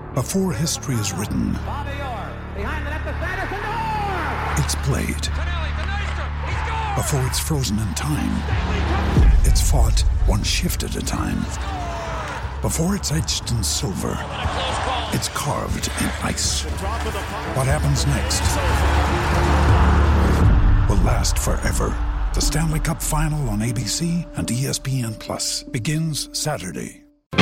Before history is written, it's played. Before it's frozen in time, it's fought one shift at a time. Before it's etched in silver, it's carved in ice. What happens next will last forever. The Stanley Cup Final on ABC and ESPN Plus begins Saturday.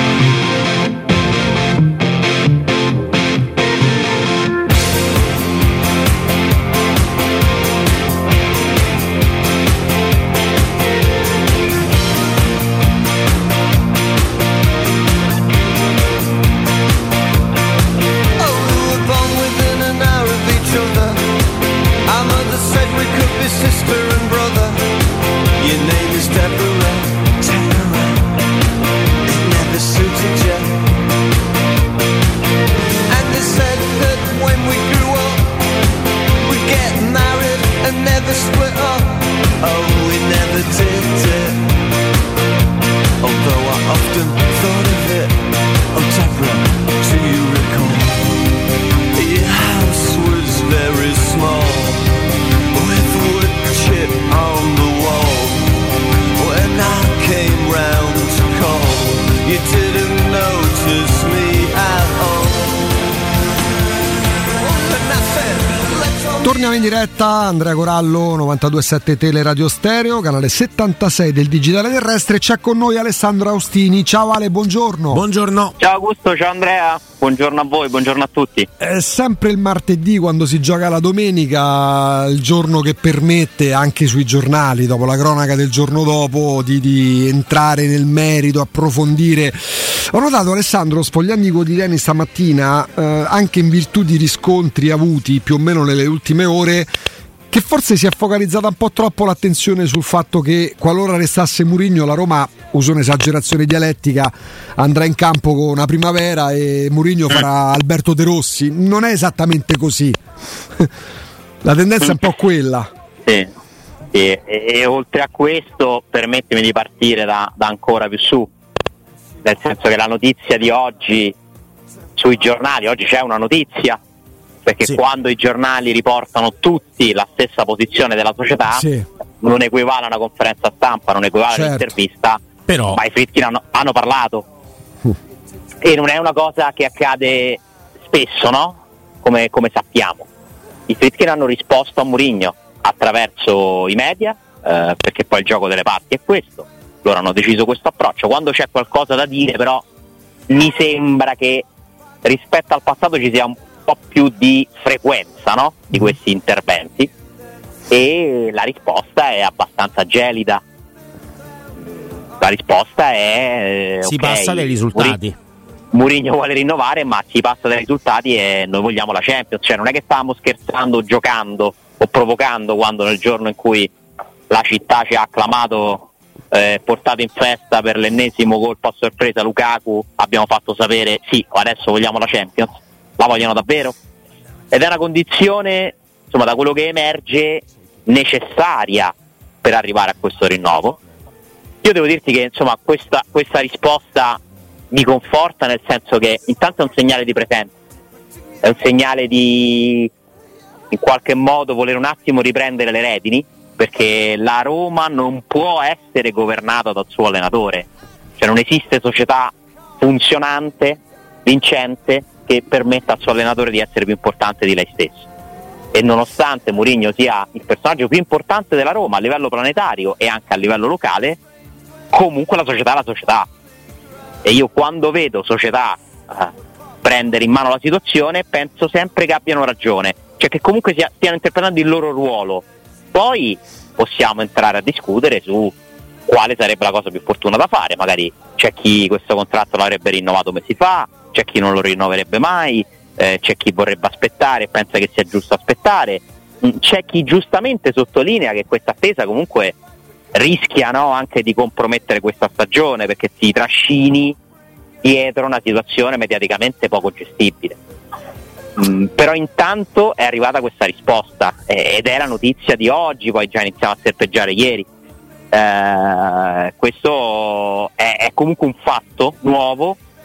Sister and brother, your name is Deborah. It never suited you. And they said that when we grew up, we'd get married and never split up. Oh, we never did it. Although I often thought of it. Oh, Deborah, do you recall? Your house was very small, chip on the wall. When I came round to call, you didn't notice me at all. And I said, torniamo in diretta, Andrea Corallo, 92.7 Tele Radio Stereo, canale 76 del Digitale Terrestre. C'è con noi Alessandro Austini. Ciao Ale, buongiorno. Buongiorno. Ciao Augusto, ciao Andrea. Buongiorno a voi, buongiorno a tutti. È sempre il martedì quando si gioca la domenica, il giorno che permette anche sui giornali, dopo la cronaca del giorno dopo, di entrare nel merito, approfondire. Ho notato, Alessandro, sfogliando i quotidiani stamattina, anche in virtù di riscontri avuti più o meno nelle ultime ore, che forse si è focalizzata un po' troppo l'attenzione sul fatto che qualora restasse Mourinho, la Roma, uso un'esagerazione dialettica, andrà in campo con una primavera e Mourinho farà Alberto De Rossi. Non è esattamente così. La tendenza è un po' quella. Sì. E oltre a questo, permettimi di partire da ancora più su, nel senso che la notizia di oggi sui giornali, oggi c'è una notizia, perché sì, quando i giornali riportano tutti la stessa posizione della società, sì, non equivale a una conferenza stampa, non equivale a un'intervista, però ma i Friedkin hanno parlato. E non è una cosa che accade spesso, no? Come sappiamo. I Friedkin hanno risposto a Mourinho attraverso i media, perché poi il gioco delle parti è questo. Loro hanno deciso questo approccio. Quando c'è qualcosa da dire, però, mi sembra che rispetto al passato ci sia un po' più di frequenza, no? Di questi interventi, e la risposta è abbastanza gelida. La risposta è si passa dai risultati. Mourinho vuole rinnovare, ma si passa dai risultati e noi vogliamo la Champions. Cioè non è che stavamo scherzando, giocando o provocando quando nel giorno in cui la città ci ha acclamato, portato in festa per l'ennesimo colpo a sorpresa Lukaku, abbiamo fatto sapere sì, adesso vogliamo la Champions. La vogliono davvero? Ed è una condizione, insomma, da quello che emerge, necessaria per arrivare a questo rinnovo. Io devo dirti che, insomma, questa risposta mi conforta, nel senso che intanto è un segnale di presenza, è un segnale di, in qualche modo, voler un attimo riprendere le redini, perché la Roma non può essere governata dal suo allenatore. Cioè non esiste società funzionante, vincente, che permetta al suo allenatore di essere più importante di lei stesso. E nonostante Mourinho sia il personaggio più importante della Roma a livello planetario e anche a livello locale, comunque la società è la società. E io quando vedo società prendere in mano la situazione penso sempre che abbiano ragione, cioè che comunque stiano interpretando il loro ruolo. Poi possiamo entrare a discutere su quale sarebbe la cosa più opportuna da fare. Magari c'è chi questo contratto l'avrebbe rinnovato mesi fa, c'è chi non lo rinnoverebbe mai, c'è chi vorrebbe aspettare e pensa che sia giusto aspettare, c'è chi giustamente sottolinea che questa attesa comunque rischia, no, anche di compromettere questa stagione, perché si trascini dietro una situazione mediaticamente poco gestibile. Però intanto è arrivata questa risposta ed è la notizia di oggi, poi già iniziamo a serpeggiare ieri. Questo è comunque un fatto nuovo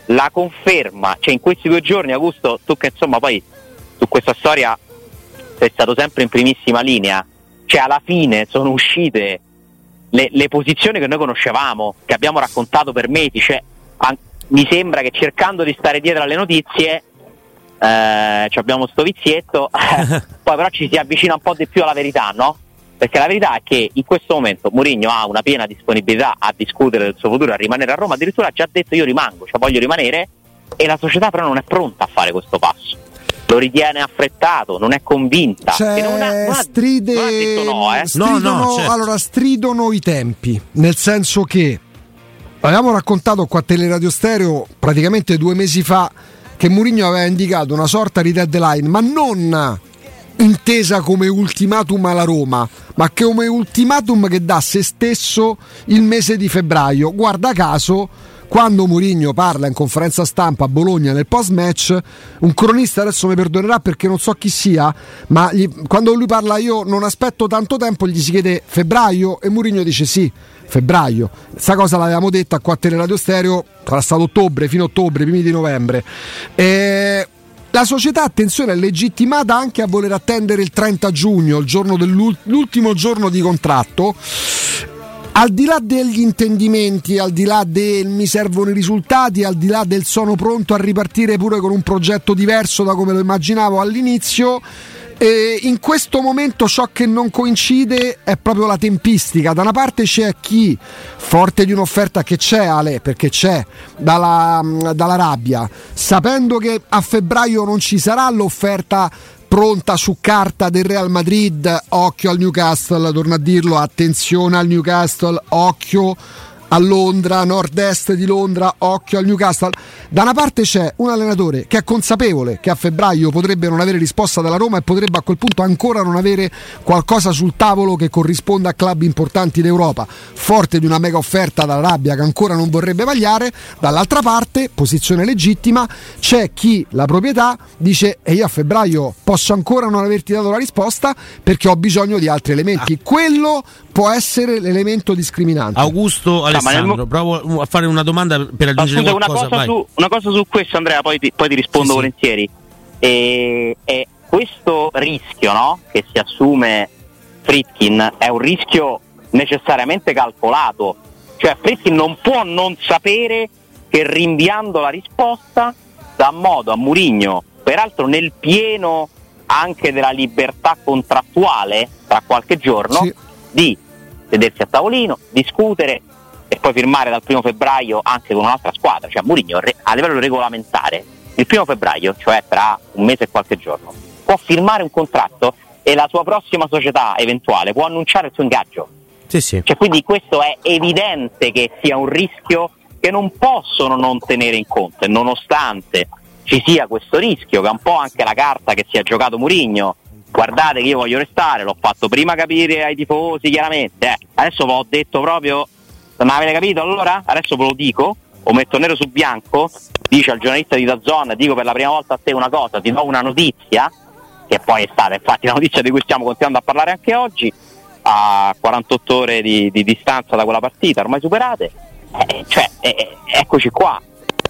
la conferma, cioè in questi 2 giorni, Augusto, tu che insomma poi su questa storia sei stato sempre in primissima linea, cioè alla fine sono uscite le posizioni che noi conoscevamo, che abbiamo raccontato per mesi, cioè mi sembra che cercando di stare dietro alle notizie abbiamo sto vizietto poi però ci si avvicina un po' di più alla verità, no? Perché la verità è che in questo momento Mourinho ha una piena disponibilità a discutere del suo futuro, a rimanere a Roma, addirittura ha già detto io rimango, cioè voglio rimanere, e la società però non è pronta a fare questo passo, lo ritiene affrettato, non è convinta, non ha detto no, certo. Allora stridono i tempi, nel senso che avevamo raccontato qua a Teleradio Stereo praticamente 2 mesi fa che Mourinho aveva indicato una sorta di deadline, ma non intesa come ultimatum alla Roma, ma che come ultimatum che dà a se stesso il mese di febbraio. Guarda caso, quando Mourinho parla in conferenza stampa a Bologna nel post match, un cronista, adesso mi perdonerà perché non so chi sia, ma quando lui parla io non aspetto tanto tempo, gli si chiede febbraio e Mourinho dice sì, febbraio. Sta cosa l'avevamo detta qua a Teleradio Stereo, sarà stato ottobre, fino a ottobre, primi di novembre. La società, attenzione, è legittimata anche a voler attendere il 30 giugno, il giorno l'ultimo giorno di contratto. Al di là degli intendimenti, al di là del mi servono i risultati, al di là del sono pronto a ripartire pure con un progetto diverso da come lo immaginavo all'inizio, in questo momento ciò che non coincide è proprio la tempistica. Da una parte c'è chi, forte di un'offerta che c'è, Ale, perché c'è dall'Arabia, sapendo che a febbraio non ci sarà l'offerta pronta su carta del Real Madrid, occhio al Newcastle, torno a dirlo, attenzione al Newcastle, occhio a Londra, nord-est di Londra, occhio al Newcastle. Da una parte c'è un allenatore che è consapevole che a febbraio potrebbe non avere risposta dalla Roma e potrebbe a quel punto ancora non avere qualcosa sul tavolo che corrisponda a club importanti d'Europa, forte di una mega offerta dall'Arabia che ancora non vorrebbe vagliare. Dall'altra parte, posizione legittima, c'è chi, la proprietà, dice e io a febbraio posso ancora non averti dato la risposta perché ho bisogno di altri elementi. Quello può essere l'elemento discriminante. Augusto, Alessandro, provo a fare una domanda per aggiungere qualcosa. Una cosa su questo, Andrea, poi ti rispondo volentieri. E questo rischio, no, che si assume Friedkin è un rischio necessariamente calcolato, cioè Friedkin non può non sapere che rinviando la risposta dà modo a Mourinho, peraltro nel pieno anche della libertà contrattuale tra qualche giorno, di sedersi a tavolino, discutere e poi firmare dal 1 febbraio anche con un'altra squadra. Cioè Mourinho a livello regolamentare il 1 febbraio, cioè tra un mese e qualche giorno, può firmare un contratto e la sua prossima società eventuale può annunciare il suo ingaggio. Sì. Cioè, quindi questo è evidente che sia un rischio che non possono non tenere in conto, e nonostante ci sia questo rischio, che è un po' anche la carta che si è giocato Mourinho, guardate che io voglio restare, l'ho fatto prima capire ai tifosi chiaramente, adesso ve l'ho detto proprio, non avete capito allora? Adesso ve lo dico, lo metto nero su bianco, dice al giornalista di DAZN, dico per la prima volta a te una cosa, ti do una notizia, che poi è stata infatti la notizia di cui stiamo continuando a parlare anche oggi, a 48 ore di distanza da quella partita ormai superate, eccoci qua,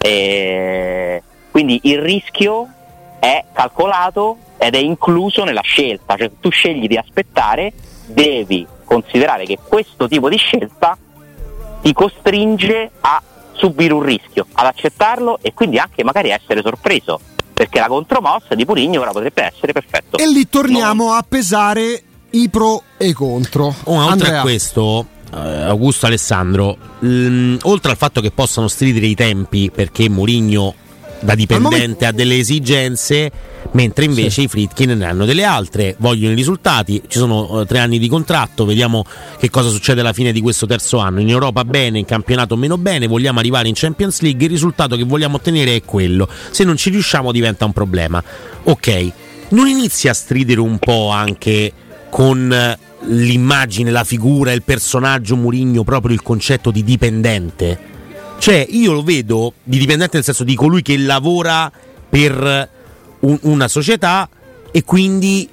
quindi il rischio è calcolato ed è incluso nella scelta, cioè se tu scegli di aspettare devi considerare che questo tipo di scelta ti costringe a subire un rischio, ad accettarlo e quindi anche magari a essere sorpreso, perché la contromossa di Mourinho ora potrebbe essere perfetto. E lì torniamo a pesare i pro e i contro. Oltre a questo, Augusto, Alessandro, oltre al fatto che possano stridere i tempi perché Mourinho da dipendente ha delle esigenze, mentre invece i Friedkin ne hanno delle altre, vogliono i risultati, ci sono 3 anni di contratto, vediamo che cosa succede alla fine di questo terzo anno, in Europa bene, in campionato meno bene, vogliamo arrivare in Champions League, il risultato che vogliamo ottenere è quello, se non ci riusciamo diventa un problema. Ok, non inizia a stridere un po' anche con l'immagine, la figura, il personaggio Mourinho, proprio il concetto di dipendente? Cioè io lo vedo di dipendente nel senso di colui che lavora per una società e quindi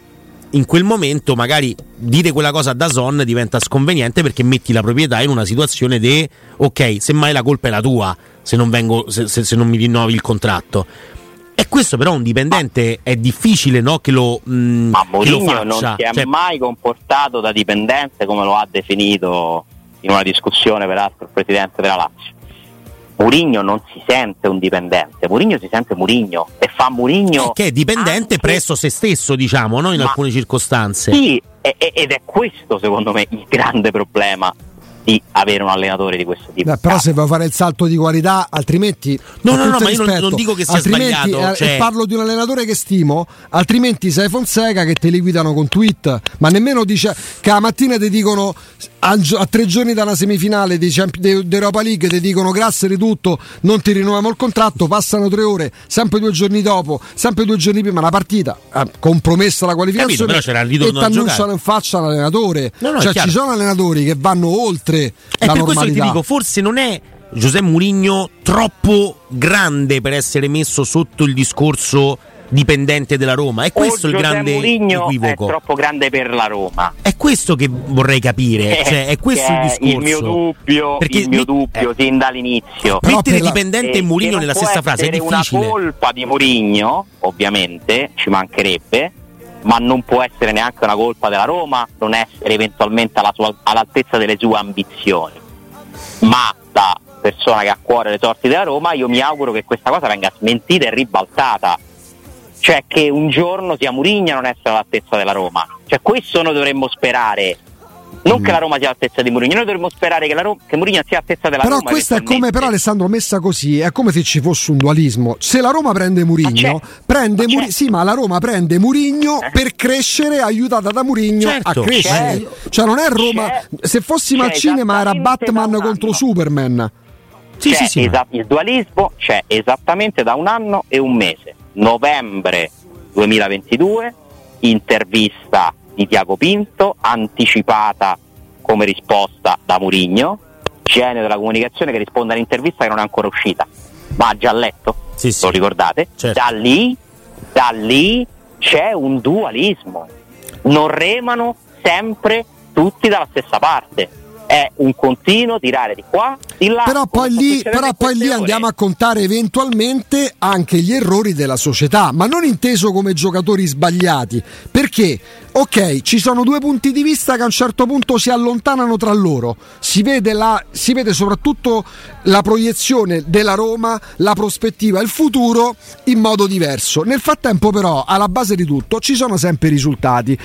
in quel momento magari dire quella cosa a DAZN diventa sconveniente, perché metti la proprietà in una situazione di ok, semmai la colpa è la tua se non mi rinnovi il contratto. E questo però un dipendente è difficile, no, che lo ma Mourinho non si è cioè, mai comportato da dipendente, come lo ha definito in una discussione peraltro il presidente della Lazio. Mourinho non si sente un dipendente, Mourinho si sente Mourinho e fa Mourinho che è dipendente anche presso se stesso, diciamo, no, in alcune circostanze. Sì, ed è questo secondo me il grande problema di avere un allenatore di questo tipo. Però se vuoi fare il salto di qualità, altrimenti no, ma io non dico che sia sbagliato, cioè... parlo di un allenatore che stimo, altrimenti sei Fonseca che te liquidano con tweet, ma nemmeno dice che la mattina ti dicono a 3 giorni da una semifinale di Europa League ti dicono grazie di tutto, non ti rinnoviamo il contratto, passano 3 ore, sempre 2 giorni dopo, sempre 2 giorni prima la partita, compromessa la qualificazione. Capito, però c'era il ritorno e ti annunciano in faccia l'allenatore. Cioè ci sono allenatori che vanno oltre la per normalità. Questo che ti dico, forse non è José Mourinho troppo grande per essere messo sotto il discorso dipendente della Roma, è questo il grande equivoco. È troppo grande per la Roma, è questo che vorrei capire, cioè è questo il discorso, il mio dubbio sin dall'inizio. Mettere dipendente e Mourinho nella stessa frase è difficile. Una colpa di Mourinho ovviamente ci mancherebbe, ma non può essere neanche una colpa della Roma non essere eventualmente all'altezza delle sue ambizioni. Ma da persona che ha a cuore le sorti della Roma, io mi auguro che questa cosa venga smentita e ribaltata, cioè che un giorno sia Mourinho a non essere all'altezza della Roma, cioè questo noi dovremmo sperare, non che la Roma sia all'altezza di Mourinho, noi dovremmo sperare che Mourinho sia all'altezza della Roma. Però questo è come, però Alessandro, messa così è come se ci fosse un dualismo. Se la Roma prende Mourinho, ma la Roma prende Mourinho per crescere, aiutata da Mourinho a crescere. Cioè non è Roma, se fossimo al cinema era Batman contro Superman. Sì. Il dualismo c'è esattamente da 1 anno e 1 mese. Novembre 2022, intervista di Tiago Pinto, anticipata come risposta da Mourinho, genio della comunicazione che risponde all'intervista che non è ancora uscita, ma ha già letto, lo ricordate? Certo. Da lì c'è un dualismo, non remano sempre tutti dalla stessa parte, è un continuo tirare di qua, di là. Però poi lì andiamo a contare eventualmente anche gli errori della società, ma non inteso come giocatori sbagliati, perché ok, ci sono 2 punti di vista che a un certo punto si allontanano tra loro, si vede soprattutto la proiezione della Roma, la prospettiva, il futuro in modo diverso. Nel frattempo però alla base di tutto ci sono sempre risultati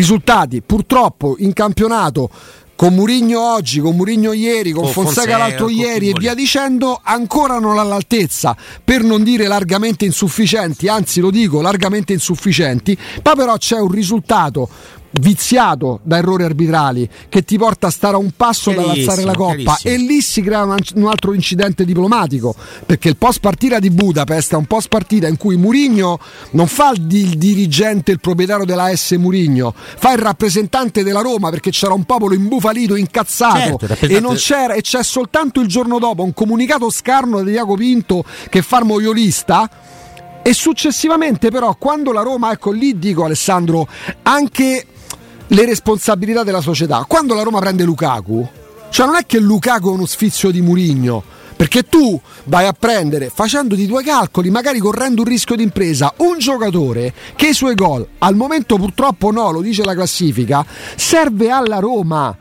purtroppo in campionato, con Mourinho oggi, con Mourinho ieri, con Fonseca l'altro ieri e via dicendo, ancora non all'altezza, per non dire largamente insufficienti, anzi lo dico largamente insufficienti, ma però c'è un risultato viziato da errori arbitrali che ti porta a stare a un passo dall'alzare la coppa, e lì si crea un altro incidente diplomatico, perché il post partita di Budapest è un post partita in cui Mourinho non fa il dirigente, il proprietario della AS Mourinho, fa il rappresentante della Roma, perché c'era un popolo imbufalito, incazzato, e non c'era, e c'è soltanto il giorno dopo un comunicato scarno di Tiago Pinto che fa il moviolista. E successivamente però quando la Roma, ecco lì dico Alessandro, anche le responsabilità della società, quando la Roma prende Lukaku, cioè non è che Lukaku è uno sfizio di Mourinho, perché tu vai a prendere, facendoti 2 calcoli, magari correndo un rischio di impresa, un giocatore che i suoi gol al momento purtroppo no, lo dice la classifica, serve alla Roma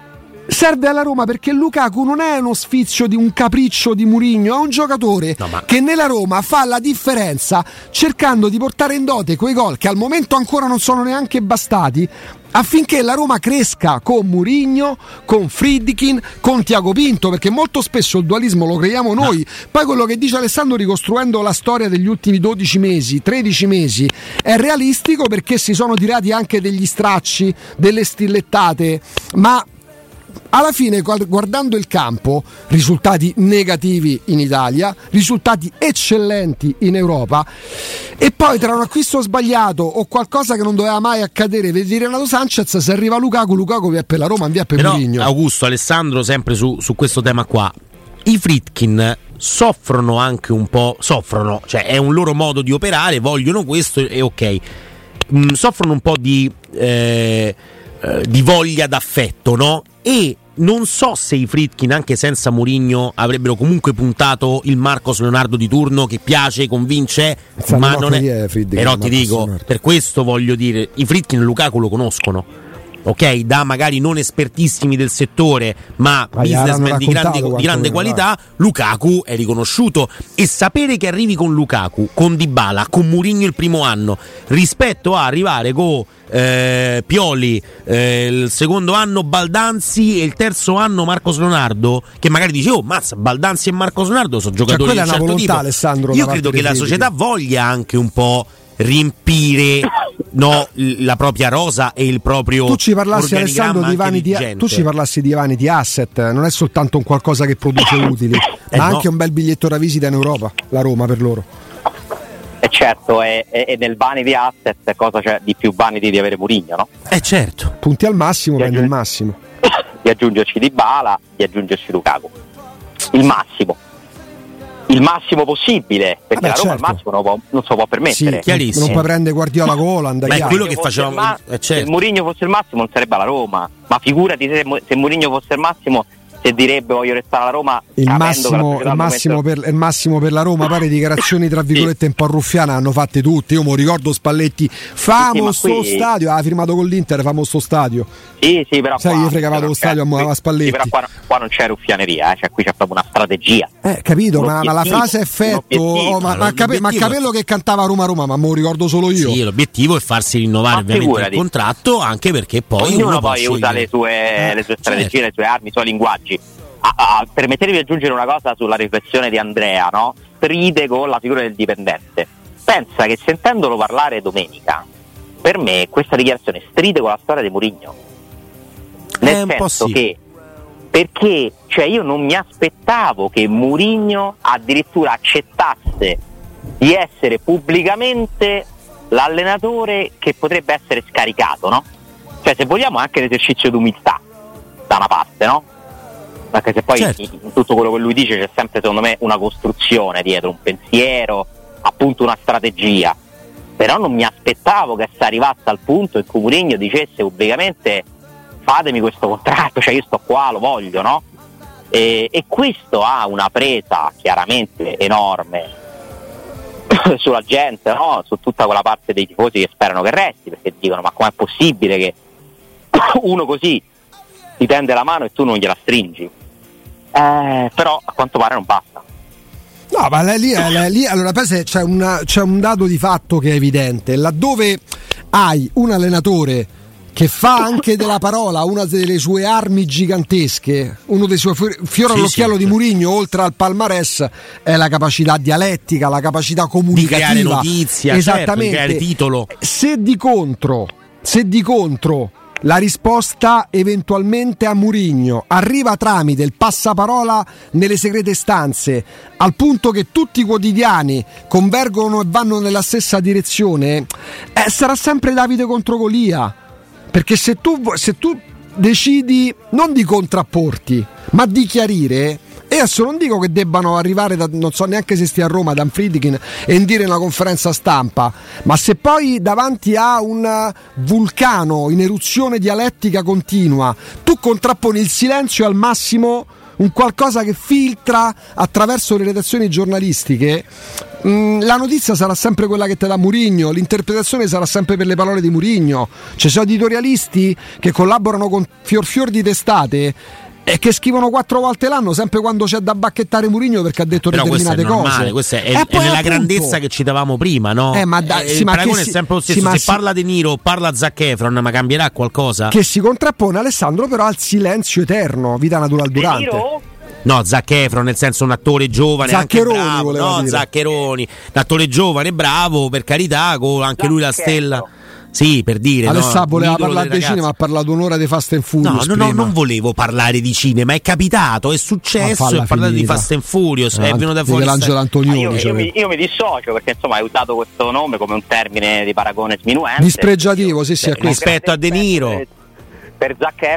perché Lukaku non è uno sfizio di un capriccio di Mourinho, è un giocatore che nella Roma fa la differenza, cercando di portare in dote quei gol che al momento ancora non sono neanche bastati, affinché la Roma cresca con Mourinho, con Friedkin, con Tiago Pinto, perché molto spesso il dualismo lo creiamo noi. Poi quello che dice Alessandro, ricostruendo la storia degli ultimi 12 mesi, 13 mesi, è realistico, perché si sono tirati anche degli stracci, delle stillettate, ma alla fine, guardando il campo, risultati negativi in Italia, risultati eccellenti in Europa, e poi tra un acquisto sbagliato o qualcosa che non doveva mai accadere, vedi Renato Sanchez, se arriva Lukaku via per la Roma, via per Mourinho. Augusto, Alessandro, sempre su questo tema qua, i Friedkin soffrono anche un po', cioè è un loro modo di operare, vogliono questo e ok, soffrono un po' di di voglia d'affetto, no? E non so se i Friedkin, anche senza Mourinho, avrebbero comunque puntato il Marcos Leonardo di turno, che piace, convince, ma non è. Però ti dico, per questo voglio dire, i Friedkin Lukaku lo conoscono, ok? Da magari non espertissimi del settore, ma businessman di grande qualità. Lukaku è riconosciuto, e sapere che arrivi con Lukaku, con Dybala, con Mourinho il primo anno, rispetto a arrivare con Pioli il secondo anno, Baldanzi, e il terzo anno Marcos Leonardo, che magari dice mazza, Baldanzi e Marcos Leonardo sono giocatori di un certo tipo. Alessandro, io credo che la società voglia anche un po' riempire la propria rosa e il proprio. Tu ci parlassi, Alessandro, di vanity asset, non è soltanto un qualcosa che produce utili, ma anche un bel biglietto da visita in Europa, la Roma per loro. E certo, e nel vanity asset cosa c'è di più vanity di avere Mourinho, no? Certo, punti al massimo, prendi il massimo. Di aggiungerci Dybala, di aggiungerci Lukaku, il massimo possibile, perché la Roma al massimo non se lo può permettere. Sì, non puoi prendere Guardiola con Holland. Ma è quello che facevamo. Se Mourinho fosse il massimo non sarebbe alla Roma, ma figurati se Mourinho fosse il massimo, se direbbe voglio restare alla Roma. Il massimo per la Roma, pare dichiarazioni tra virgolette un po' ruffiane hanno fatte tutte. Io mi ricordo Spalletti, famo sto stadio, ha firmato con l'Inter, famo sto stadio. Sì, però sai, gli fregava lo stadio a Spalletti. Sì, però qua non c'è ruffianeria, cioè qui c'è proprio una strategia. Capito, ma la frase è effetto. Ma Capello che cantava Roma, ma me lo ricordo solo io. Sì, l'obiettivo è farsi rinnovare ovviamente il contratto, anche perché poi ognuno poi usa le sue strategie, le sue armi, i suoi linguaggi. Permettetevi di aggiungere una cosa sulla riflessione di Andrea, no? Stride con la figura del dipendente. Pensa che sentendolo parlare domenica, per me questa dichiarazione stride con la storia di Mourinho, nel senso che, perché cioè io non mi aspettavo che Mourinho addirittura accettasse di essere pubblicamente l'allenatore che potrebbe essere scaricato, no? Cioè, se vogliamo, anche l'esercizio d'umiltà da una parte, no? Perché se poi in tutto quello che lui dice c'è sempre, secondo me, una costruzione dietro, un pensiero, appunto una strategia. Però non mi aspettavo che si arrivasse al punto in cui Mourinho dicesse pubblicamente fatemi questo contratto, cioè io sto qua, lo voglio, no? E questo ha una presa chiaramente enorme sulla gente, no? Su tutta quella parte dei tifosi che sperano che resti, perché dicono ma com'è possibile che uno così ti tende la mano e tu non gliela stringi? Però a quanto pare non basta. No, ma lì allora c'è un dato di fatto che è evidente. Laddove hai un allenatore che fa anche della parola una delle sue armi gigantesche, uno dei suoi fiori all'occhiello di Mourinho, oltre al palmarès, è la capacità dialettica, la capacità comunicativa, di creare notizia, esattamente, di creare titolo. Se di contro la risposta eventualmente a Mourinho arriva tramite il passaparola nelle segrete stanze, al punto che tutti i quotidiani convergono e vanno nella stessa direzione, sarà sempre Davide contro Golia, perché se tu decidi non di contrapporti ma di chiarire. E adesso non dico che debbano arrivare non so neanche se stia a Roma, Dan Friedkin, e indire una conferenza stampa, ma se poi davanti a un vulcano in eruzione dialettica continua tu contrapponi il silenzio al massimo, un qualcosa che filtra attraverso le redazioni giornalistiche, la notizia sarà sempre quella che te dà Mourinho, l'interpretazione sarà sempre per le parole di Mourinho. Ci sono editorialisti che collaborano con fior di testate e che scrivono 4 volte l'anno, sempre quando c'è da bacchettare Mourinho perché ha detto determinate cose. Questa è nella grandezza che citavamo prima, no? Il paragone è sempre lo stesso. Se parla De Niro, parla Zac Efron, ma cambierà qualcosa? Che si contrappone, Alessandro, però al silenzio eterno, vita natural durante. No, Zac Efron, nel senso un attore giovane, Zaccheroni, anche bravo. No, Zaccheroni, un attore giovane, bravo, per carità, con anche lui la stella. Sì, per dire. Alessà voleva parlare di cinema, ha parlato un'ora di Fast and Furious. No, non volevo parlare di cinema, è capitato, è successo, ho parlato di Fast and Furious, è venuto fuori Angelo Antonioni. Io mi dissocio perché insomma hai usato questo nome come un termine di paragone sminuente. Dispregiativo, sì, è questo. Rispetto a De Niro. Per Zac Efron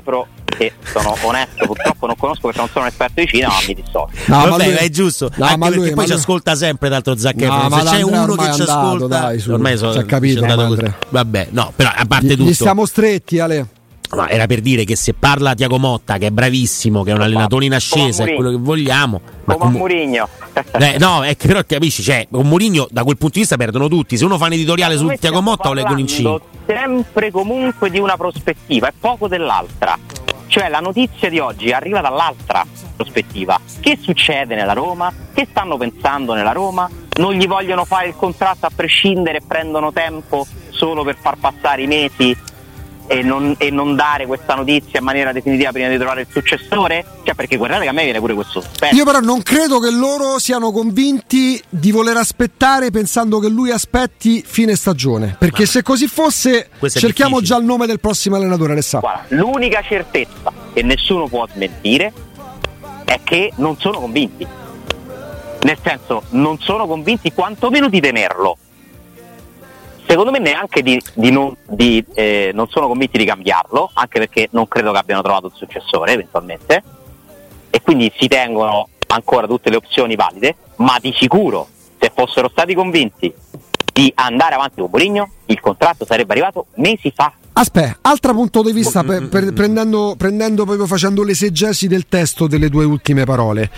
che sono onesto, purtroppo non conosco perché non sono un esperto di cinema, ma mi dissocio. No, vabbè, è giusto. No, anche perché poi ci ascolta sempre d'altro Zac Efron. Se c'è uno che ci ascolta, dai, ormai ci ha capito. Vabbè, no, però a parte tutto, gli stiamo stretti, Ale. Ma era per dire che se parla Tiago Motta, che è bravissimo, che è un allenatore in ascesa, è quello che vogliamo, ma come Mourinho. No, è che però capisci, cioè con Mourinho da quel punto di vista perdono tutti. Se uno fa un editoriale su Tiago Motta, lo leggono in 5. Sempre comunque di una prospettiva e poco dell'altra. Cioè la notizia di oggi arriva dall'altra prospettiva. Che succede nella Roma? Che stanno pensando nella Roma? Non gli vogliono fare il contratto a prescindere e prendono tempo solo per far passare i mesi e non dare questa notizia in maniera definitiva prima di trovare il successore? Cioè, perché guardate che a me viene pure questo sospetto. Io però non credo che loro siano convinti di voler aspettare pensando che lui aspetti fine stagione, perché se così fosse cerchiamo già il nome del prossimo allenatore, Alessandro. Guarda, l'unica certezza che nessuno può smentire è che non sono convinti, nel senso non sono convinti quantomeno di tenerlo. Secondo me neanche non sono convinti di cambiarlo, anche perché non credo che abbiano trovato il successore eventualmente, e quindi si tengono ancora tutte le opzioni valide, ma di sicuro se fossero stati convinti di andare avanti con Mourinho il contratto sarebbe arrivato mesi fa. Aspetta, altro punto di vista, prendendo proprio, facendo l'esegesi del testo delle tue ultime parole.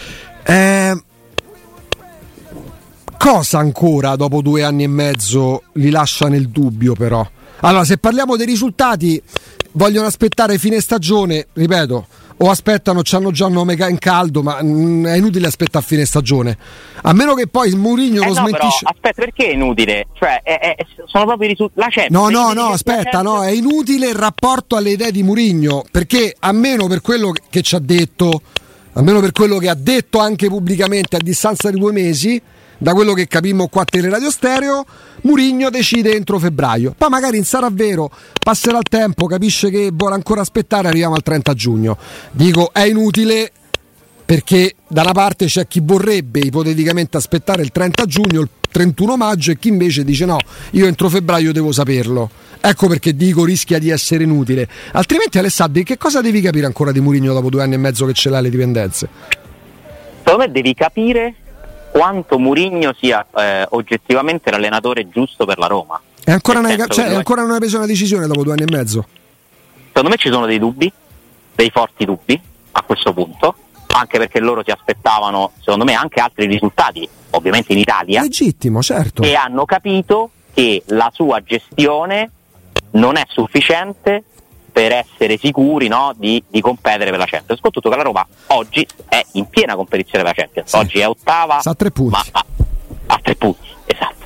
Cosa ancora dopo 2 anni e mezzo li lascia nel dubbio, però? Allora, se parliamo dei risultati, vogliono aspettare fine stagione, ripeto, o aspettano, c'hanno già un nome in caldo, ma è inutile aspettare fine stagione, a meno che poi il Mourinho lo smentisce. Però, aspetta, perché è inutile? Cioè, sono proprio i risultati. No, aspetta, no, è inutile il rapporto alle idee di Mourinho, perché almeno per quello che ci ha detto, almeno per quello che ha detto anche pubblicamente a distanza di 2 mesi, da quello che capimmo qua a Teleradio Stereo, Mourinho decide entro febbraio. Poi magari in sarà vero, passerà il tempo, capisce che vuole ancora aspettare, arriviamo al 30 giugno. Dico, è inutile perché da una parte c'è chi vorrebbe ipoteticamente aspettare il 30 giugno, il 31 maggio, e chi invece dice no, io entro febbraio devo saperlo. Ecco perché dico rischia di essere inutile. Altrimenti, Alessandro, che cosa devi capire ancora di Mourinho dopo 2 anni e mezzo che ce l'ha alle dipendenze? Secondo me devi capire quanto Mourinho sia oggettivamente l'allenatore giusto per la Roma. È ancora ancora non hai preso una decisione dopo 2 anni e mezzo? Secondo me ci sono dei dubbi, dei forti dubbi a questo punto, anche perché loro si aspettavano, secondo me, anche altri risultati, ovviamente in Italia. Legittimo, certo. E hanno capito che la sua gestione non è sufficiente per essere sicuri, no, di competere per la Champions. Soprattutto che la Roma oggi è in piena competizione per la Champions. Sì. Oggi è ottava, a 3 punti. Ma a 3 punti, esatto.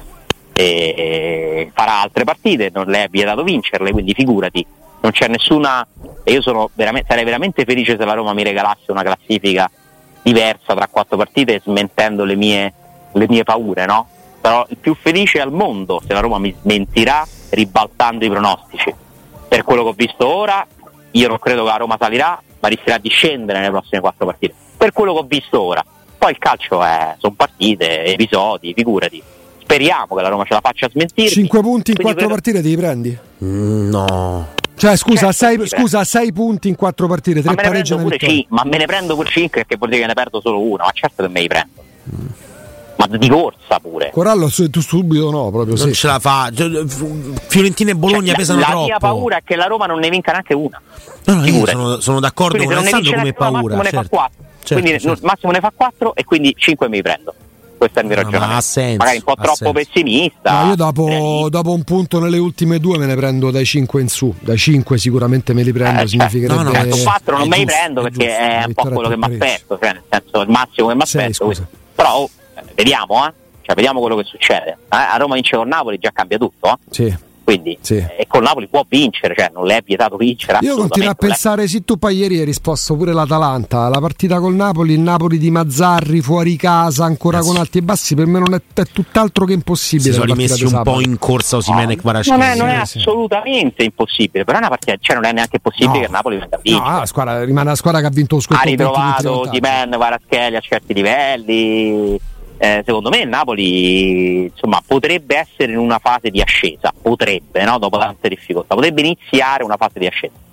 E farà altre partite, non le è vietato vincerle, quindi figurati, non c'è nessuna. E io sarei veramente felice se la Roma mi regalasse una classifica diversa tra 4 partite, smentendo le mie paure, no? Però il più felice al mondo se la Roma mi smentirà ribaltando i pronostici. Per quello che ho visto ora, io non credo che la Roma salirà, ma rischierà di scendere nelle prossime 4 partite. Per quello che ho visto ora. Poi il calcio sono partite, episodi, figurati. Speriamo che la Roma ce la faccia smentire. 5 punti in 4 partite ti prendi? No. Cioè, scusa, 6 punti in 4 partite, 3 pareggi e una vittoria. Ma me ne prendo pure 5 perché vuol dire che ne perdo solo una, ma certo che me li prendo. Ma di corsa pure. Corallo, tu subito no, proprio non ce la fa. Fiorentina e Bologna pesano troppo. La mia paura è che la Roma non ne vinca neanche una. No, io sono d'accordo. Quindi con Alessandro come paura. Massimo ne fa 4. Quindi Massimo ne fa 4 e quindi 5 me li prendo. Questo è il mio ragionamento. Ha senso, magari un po' troppo pessimista. No, io dopo un punto nelle ultime 2 me ne prendo dai 5 in su. Dai 5 sicuramente me li prendo, significherebbe. No, 4 non me li prendo perché è un po' quello che mi aspetto, cioè nel senso il massimo che mi aspetto. Però vediamo, cioè vediamo quello che succede. A Roma vince con Napoli già cambia tutto, Sì. Quindi e con Napoli può vincere, cioè non le è vietato vincere. Io continuo a pensare, sì, tu poi ieri hai risposto pure l'Atalanta, la partita col Napoli, il Napoli di Mazzarri fuori casa ancora con alti e bassi, per me non è tutt'altro che impossibile. Si sono rimessi un po' in corsa Osimhen e Kvaratskhelia. Non è assolutamente impossibile, però è una partita, cioè non è neanche possibile che il Napoli venga a vincere. Rimane la squadra che ha vinto lo scudetto. Ha ritrovato Osimhen, Kvaratskhelia a certi livelli. Secondo me il Napoli insomma potrebbe essere in una fase di ascesa, potrebbe, no? Dopo tante difficoltà, potrebbe iniziare una fase di ascesa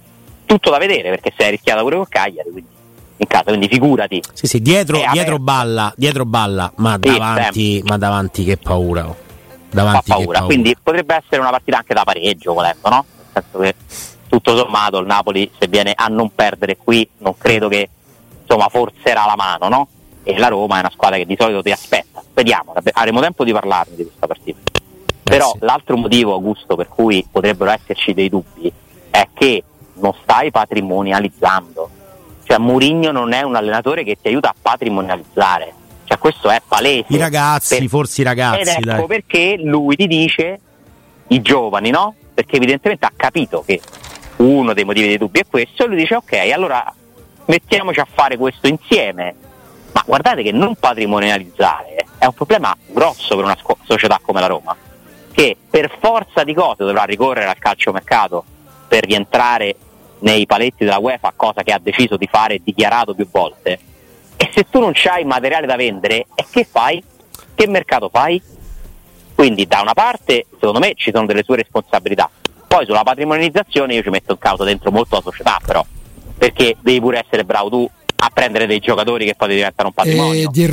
tutto da vedere, perché si è rischiata pure con Cagliari, quindi in casa, quindi figurati. Sì, dietro balla, ma davanti che paura. Davanti fa paura. Quindi potrebbe essere una partita anche da pareggio, volendo, no? Nel senso che tutto sommato il Napoli, se viene a non perdere qui, non credo che insomma forzerà la mano, no? E la Roma è una squadra che di solito ti aspetta. Vediamo, avremo tempo di parlarne di questa partita. Però sì. L'altro motivo, Augusto, per cui potrebbero esserci dei dubbi è che non stai patrimonializzando. Cioè Mourinho non è un allenatore che ti aiuta a patrimonializzare. Cioè questo è palese. I ragazzi, forse i ragazzi. Ed ecco dai. Perché lui ti dice i giovani, no? Perché evidentemente ha capito che uno dei motivi dei dubbi è questo, e lui dice ok, allora mettiamoci a fare questo insieme. Ma guardate che non patrimonializzare è un problema grosso per una società come la Roma, che per forza di cose dovrà ricorrere al calciomercato per rientrare nei paletti della UEFA, cosa che ha deciso di fare e dichiarato più volte. E se tu non c'hai materiale da vendere, e che fai? Che mercato fai? Quindi da una parte secondo me ci sono delle sue responsabilità, poi sulla patrimonializzazione io ci metto in causa dentro molto la società, però, perché devi pure essere bravo tu a prendere dei giocatori che poi diventano un patrimonio. Di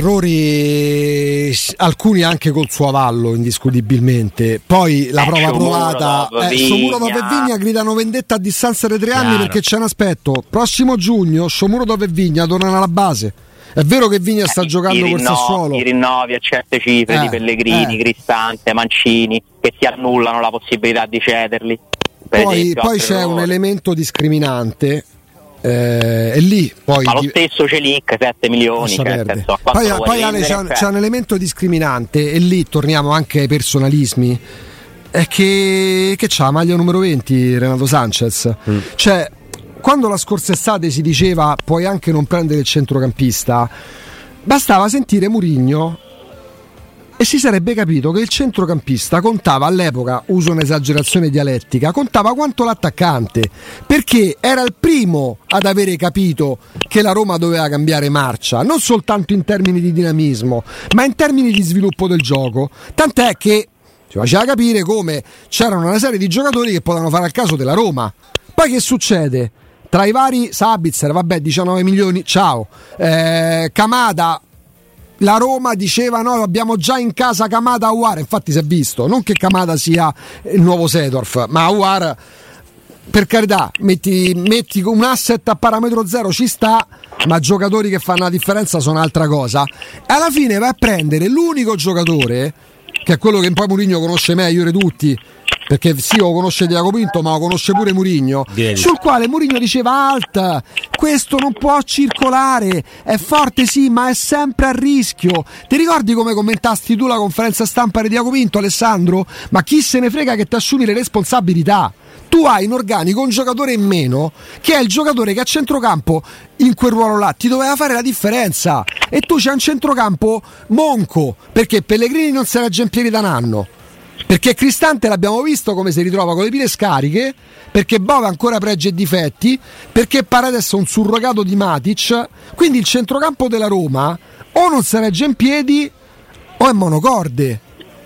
errori alcuni anche col suo avallo, indiscutibilmente. Poi la prova provata Shomurodov e Vigna gridano vendetta a distanza di 3 anni, perché c'è un aspetto: prossimo giugno Shomurodov e Vigna tornano alla base. È vero che Vigna sta giocando col Sassuolo, i rinnovi a certe cifre di Pellegrini, Cristante, Mancini, che si annullano la possibilità di cederli. Poi c'è un elemento discriminante, e lì poi ma lo stesso Celic 7 milioni, poi Ale, c'è un elemento discriminante, e lì torniamo anche ai personalismi, è che c'ha la maglia numero 20 Renato Sanchez. Cioè, quando la scorsa estate si diceva puoi anche non prendere il centrocampista, bastava sentire Mourinho e si sarebbe capito che il centrocampista contava all'epoca, uso un'esagerazione dialettica, contava quanto l'attaccante, perché era il primo ad avere capito che la Roma doveva cambiare marcia, non soltanto in termini di dinamismo, ma in termini di sviluppo del gioco. Tant'è che ci faceva capire come c'erano una serie di giocatori che potevano fare al caso della Roma. Poi che succede? Tra i vari, Sabitzer, 19 milioni, ciao, Kamada, la Roma diceva no, abbiamo già in casa Kamada, Aouar, infatti si è visto, non che Kamada sia il nuovo Seedorf, ma Aouar, per carità, metti un asset a parametro zero, ci sta, ma giocatori che fanno la differenza sono altra cosa. E alla fine vai a prendere l'unico giocatore, che è quello che poi Mourinho conosce meglio di tutti, perché sì, lo conosce Diaco Pinto, ma lo conosce pure Mourinho, sul quale Mourinho diceva alt, questo non può circolare, è forte sì, ma è sempre a rischio. Ti ricordi come commentasti tu la conferenza stampa di Diaco Pinto, Alessandro? Ma chi se ne frega che ti assumi le responsabilità? Tu hai in organico un giocatore in meno, che è il giocatore che a centrocampo in quel ruolo là ti doveva fare la differenza, e tu c'hai un centrocampo monco, perché Pellegrini non si regge in piedi da un anno, perché Cristante l'abbiamo visto come si ritrova con le pile scariche, perché Bove ancora pregi e difetti, perché Paredes è un surrogato di Matic. Quindi il centrocampo della Roma o non si regge in piedi o è monocorde.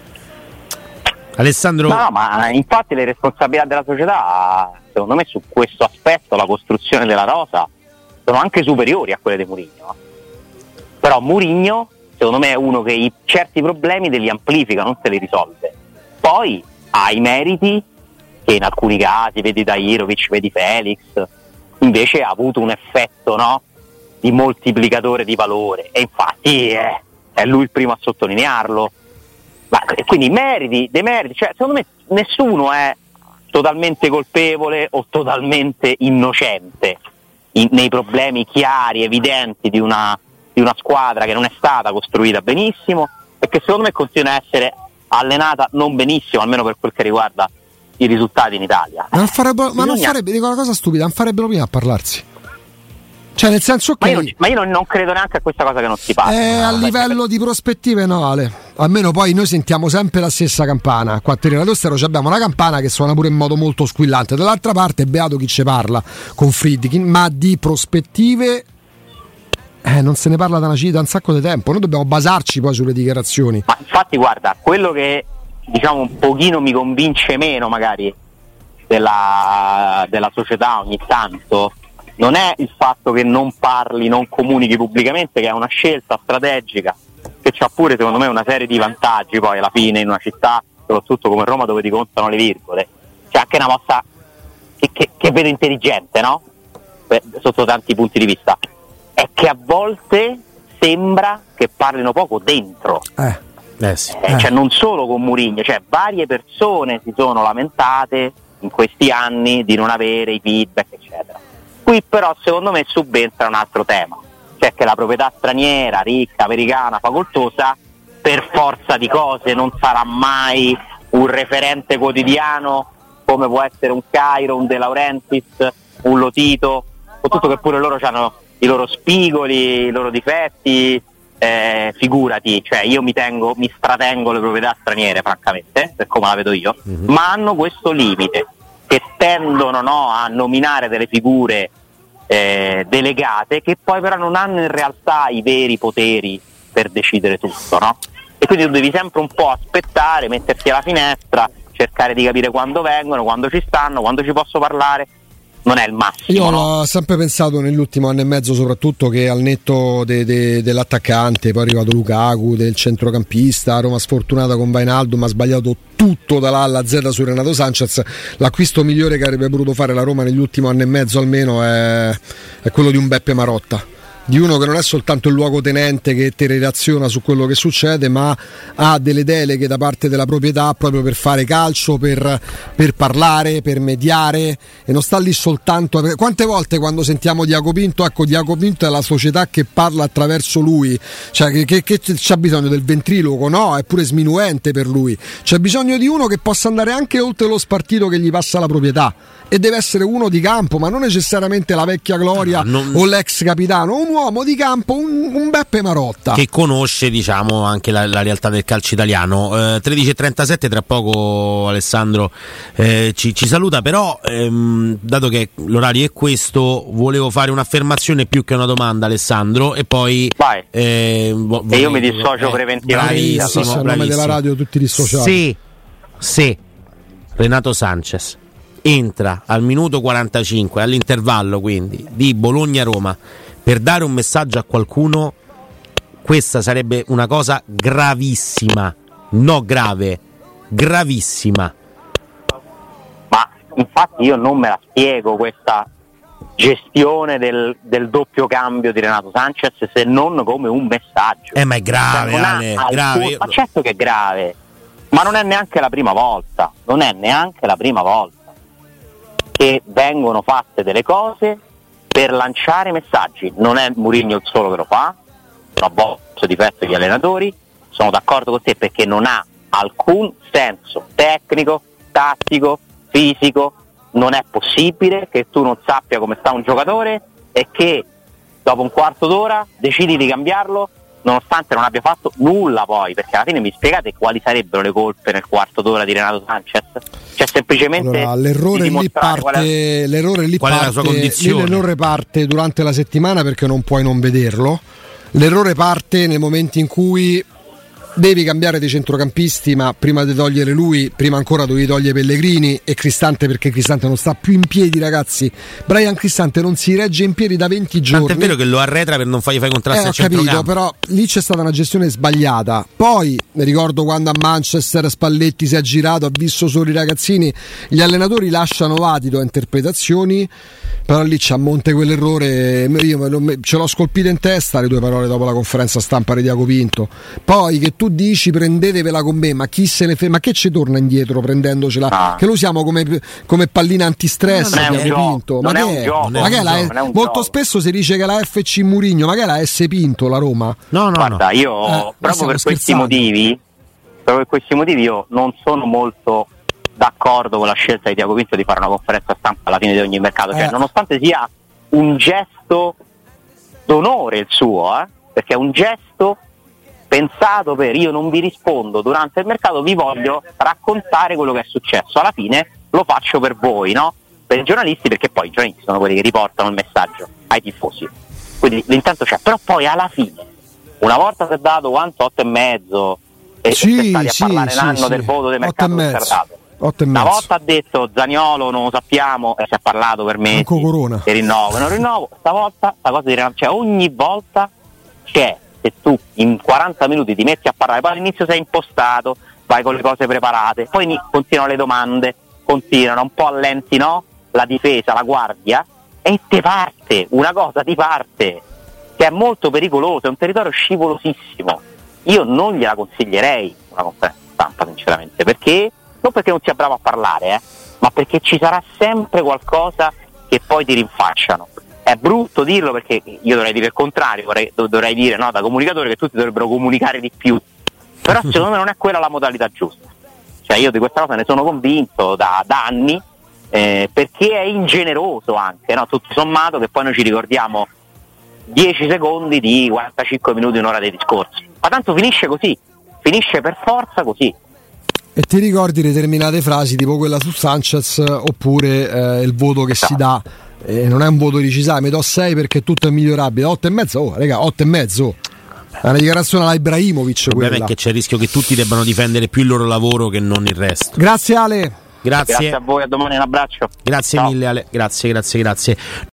Alessandro? No, ma infatti le responsabilità della società, secondo me, su questo aspetto, la costruzione della rosa, sono anche superiori a quelle di Mourinho. Però Mourinho, secondo me, è uno che certi problemi te li amplifica, non te li risolve. Poi ha i meriti che in alcuni casi, vedi Tahirovic, vedi Felix, invece ha avuto un effetto, no, di moltiplicatore di valore, e infatti è lui il primo a sottolinearlo. Ma quindi demeriti, cioè secondo me nessuno è totalmente colpevole o totalmente innocente nei problemi chiari, evidenti di una squadra che non è stata costruita benissimo e che secondo me continua a essere allenata non benissimo, almeno per quel che riguarda i risultati in Italia. Ma non farebbe, dico una cosa stupida, non farebbero prima a parlarsi. Cioè, nel senso che ma io non credo neanche a questa cosa che non si parla. A livello di prospettive no, Ale. Almeno poi noi sentiamo sempre la stessa campana. Qua a Terena d'Ostero abbiamo una campana che suona pure in modo molto squillante. Dall'altra parte è beato chi ci parla con Friedkin, ma di prospettive non se ne parla da un sacco di tempo. Noi dobbiamo basarci poi sulle dichiarazioni. Ma infatti guarda, quello che diciamo un pochino mi convince meno magari della società ogni tanto non è il fatto che non parli, non comunichi pubblicamente, che è una scelta strategica che c'ha pure secondo me una serie di vantaggi poi alla fine in una città soprattutto come Roma dove ti contano le virgole. C'è anche una mossa che vedo intelligente, no? Sotto tanti punti di vista, è che a volte sembra che parlino poco dentro. Cioè non solo con Mourinho, cioè varie persone si sono lamentate in questi anni di non avere i feedback eccetera. Qui però secondo me subentra un altro tema, cioè che la proprietà straniera, ricca, americana, facoltosa, per forza di cose non sarà mai un referente quotidiano come può essere un Cairo, un De Laurentiis, un Lotito, soprattutto che pure loro hanno i loro spigoli, i loro difetti, figurati, cioè io mi stratengo le proprietà straniere francamente, per come la vedo io, ma hanno questo limite, che tendono a nominare delle figure delegate che poi però non hanno in realtà i veri poteri per decidere tutto, no? E quindi tu devi sempre un po' aspettare, metterti alla finestra, cercare di capire quando vengono, quando ci stanno, quando ci posso parlare. Non è il massimo. Io ho sempre pensato nell'ultimo anno e mezzo soprattutto che al netto dell'attaccante, poi è arrivato Lukaku, del centrocampista, Roma sfortunata con Wijnaldum, ha sbagliato tutto dalla A alla Z su Renato Sanchez. L'acquisto migliore che avrebbe potuto fare la Roma nell'ultimo anno e mezzo almeno è quello di un Beppe Marotta, di uno che non è soltanto il luogotenente che ti relaziona su quello che succede, ma ha delle deleghe da parte della proprietà proprio per fare calcio, per parlare, per mediare, e non sta lì soltanto. Quante volte quando sentiamo Diaco Pinto, ecco, Diaco Pinto è la società che parla attraverso lui, cioè che c'ha bisogno del ventriloquo, no? È pure sminuente per lui, c'è bisogno di uno che possa andare anche oltre lo spartito che gli passa la proprietà, e deve essere uno di campo, ma non necessariamente la vecchia gloria o l'ex capitano, un uomo di campo, un Beppe Marotta che conosce, diciamo, anche la realtà del calcio italiano. 13:37, tra poco Alessandro ci saluta, però dato che l'orario è questo, volevo fare un'affermazione più che una domanda, Alessandro, e poi e io mi dissocio preventivamente. Bravissimo. A nome della radio tutti dissociati. Se Renato Sanchez entra al minuto 45 all'intervallo quindi di Bologna-Roma per dare un messaggio a qualcuno, questa sarebbe una cosa gravissima, no grave, gravissima. Ma infatti io non me la spiego questa gestione del doppio cambio di Renato Sanchez se non come un messaggio. Ma è grave, grave. Ma certo che è grave, ma non è neanche la prima volta, che vengono fatte delle cose per lanciare messaggi. Non è Mourinho il solo che lo fa, sono grosso difetto degli allenatori, sono d'accordo con te, perché non ha alcun senso tecnico, tattico, fisico. Non è possibile che tu non sappia come sta un giocatore e che dopo un quarto d'ora decidi di cambiarlo nonostante non abbia fatto nulla poi, perché alla fine mi spiegate quali sarebbero le colpe nel quarto d'ora di Renato Sanchez? Cioè semplicemente allora, l'errore lì parte qual è la sua condizione. L'errore parte durante la settimana perché non puoi non vederlo. L'errore parte nei momenti in cui devi cambiare dei centrocampisti, ma prima di togliere lui, prima ancora dovevi togliere Pellegrini e Cristante, perché Cristante non sta più in piedi, ragazzi. Brian Cristante non si regge in piedi da 20 giorni. Tanto è vero che lo arretra per non fargli fare i contrasti al centrocampo. Ho capito, però lì c'è stata una gestione sbagliata. Poi mi ricordo quando a Manchester Spalletti si è girato, ha visto solo i ragazzini. Gli allenatori lasciano latito a interpretazioni, però lì c'è a monte quell'errore. Io ce l'ho scolpito in testa le due parole dopo la conferenza stampa di Diaco Pinto. Poi che tu dici prendetevela con me, ma chi se ne ma che ci torna indietro prendendocela? Che lo usiamo come pallina antistress. Pinto. Ma che è? Molto spesso si dice che la FC Mourinho, ma che è la S Pinto la Roma? No. Guarda, io proprio per questi motivi io non sono molto d'accordo con la scelta di Diaco Pinto di fare una conferenza stampa alla fine di ogni mercato, cioè nonostante sia un gesto d'onore il suo, perché è un gesto pensato per io non vi rispondo durante il mercato, vi voglio raccontare quello che è successo, alla fine lo faccio per voi, no? Per i giornalisti, perché poi i giornalisti sono quelli che riportano il messaggio ai tifosi, quindi l'intento c'è, però poi alla fine, una volta si è dato 8,5 e si è stati a parlare l'anno del voto del mercato ritardato, Una volta ha detto Zaniolo non lo sappiamo e si è parlato per mesi di rinnovo, non rinnovo. Stavolta la cosa di rinnovo, cioè ogni volta c'è, se tu in 40 minuti ti metti a parlare, poi all'inizio sei impostato, vai con le cose preparate, poi continuano le domande, continuano, un po' allenti, no? La difesa, la guardia, e te parte, una cosa ti parte, che è molto pericoloso, è un territorio scivolosissimo. Io non gliela consiglierei una conferenza stampa, sinceramente, perché non perché non sia bravo a parlare, ma perché ci sarà sempre qualcosa che poi ti rinfacciano. È brutto dirlo, perché io dovrei dire il contrario, dovrei dire, no, da comunicatore, che tutti dovrebbero comunicare di più, però secondo me non è quella la modalità giusta. Cioè io di questa cosa ne sono convinto da anni, perché è ingeneroso anche, no? Tutto sommato, che poi noi ci ricordiamo 10 secondi di 45 minuti, un'ora dei discorsi, ma tanto finisce così, finisce per forza così. E ti ricordi determinate frasi tipo quella su Sanchez, oppure il voto che si dà, non è un voto di Cisà, mi do 6 perché tutto è migliorabile, 8,5, raga, 8,5. È una dichiarazione alla Ibrahimovic. Il problema è che c'è il rischio che tutti debbano difendere più il loro lavoro che non il resto. Grazie Ale. Grazie a voi, a domani, un abbraccio. Grazie mille Ale, grazie.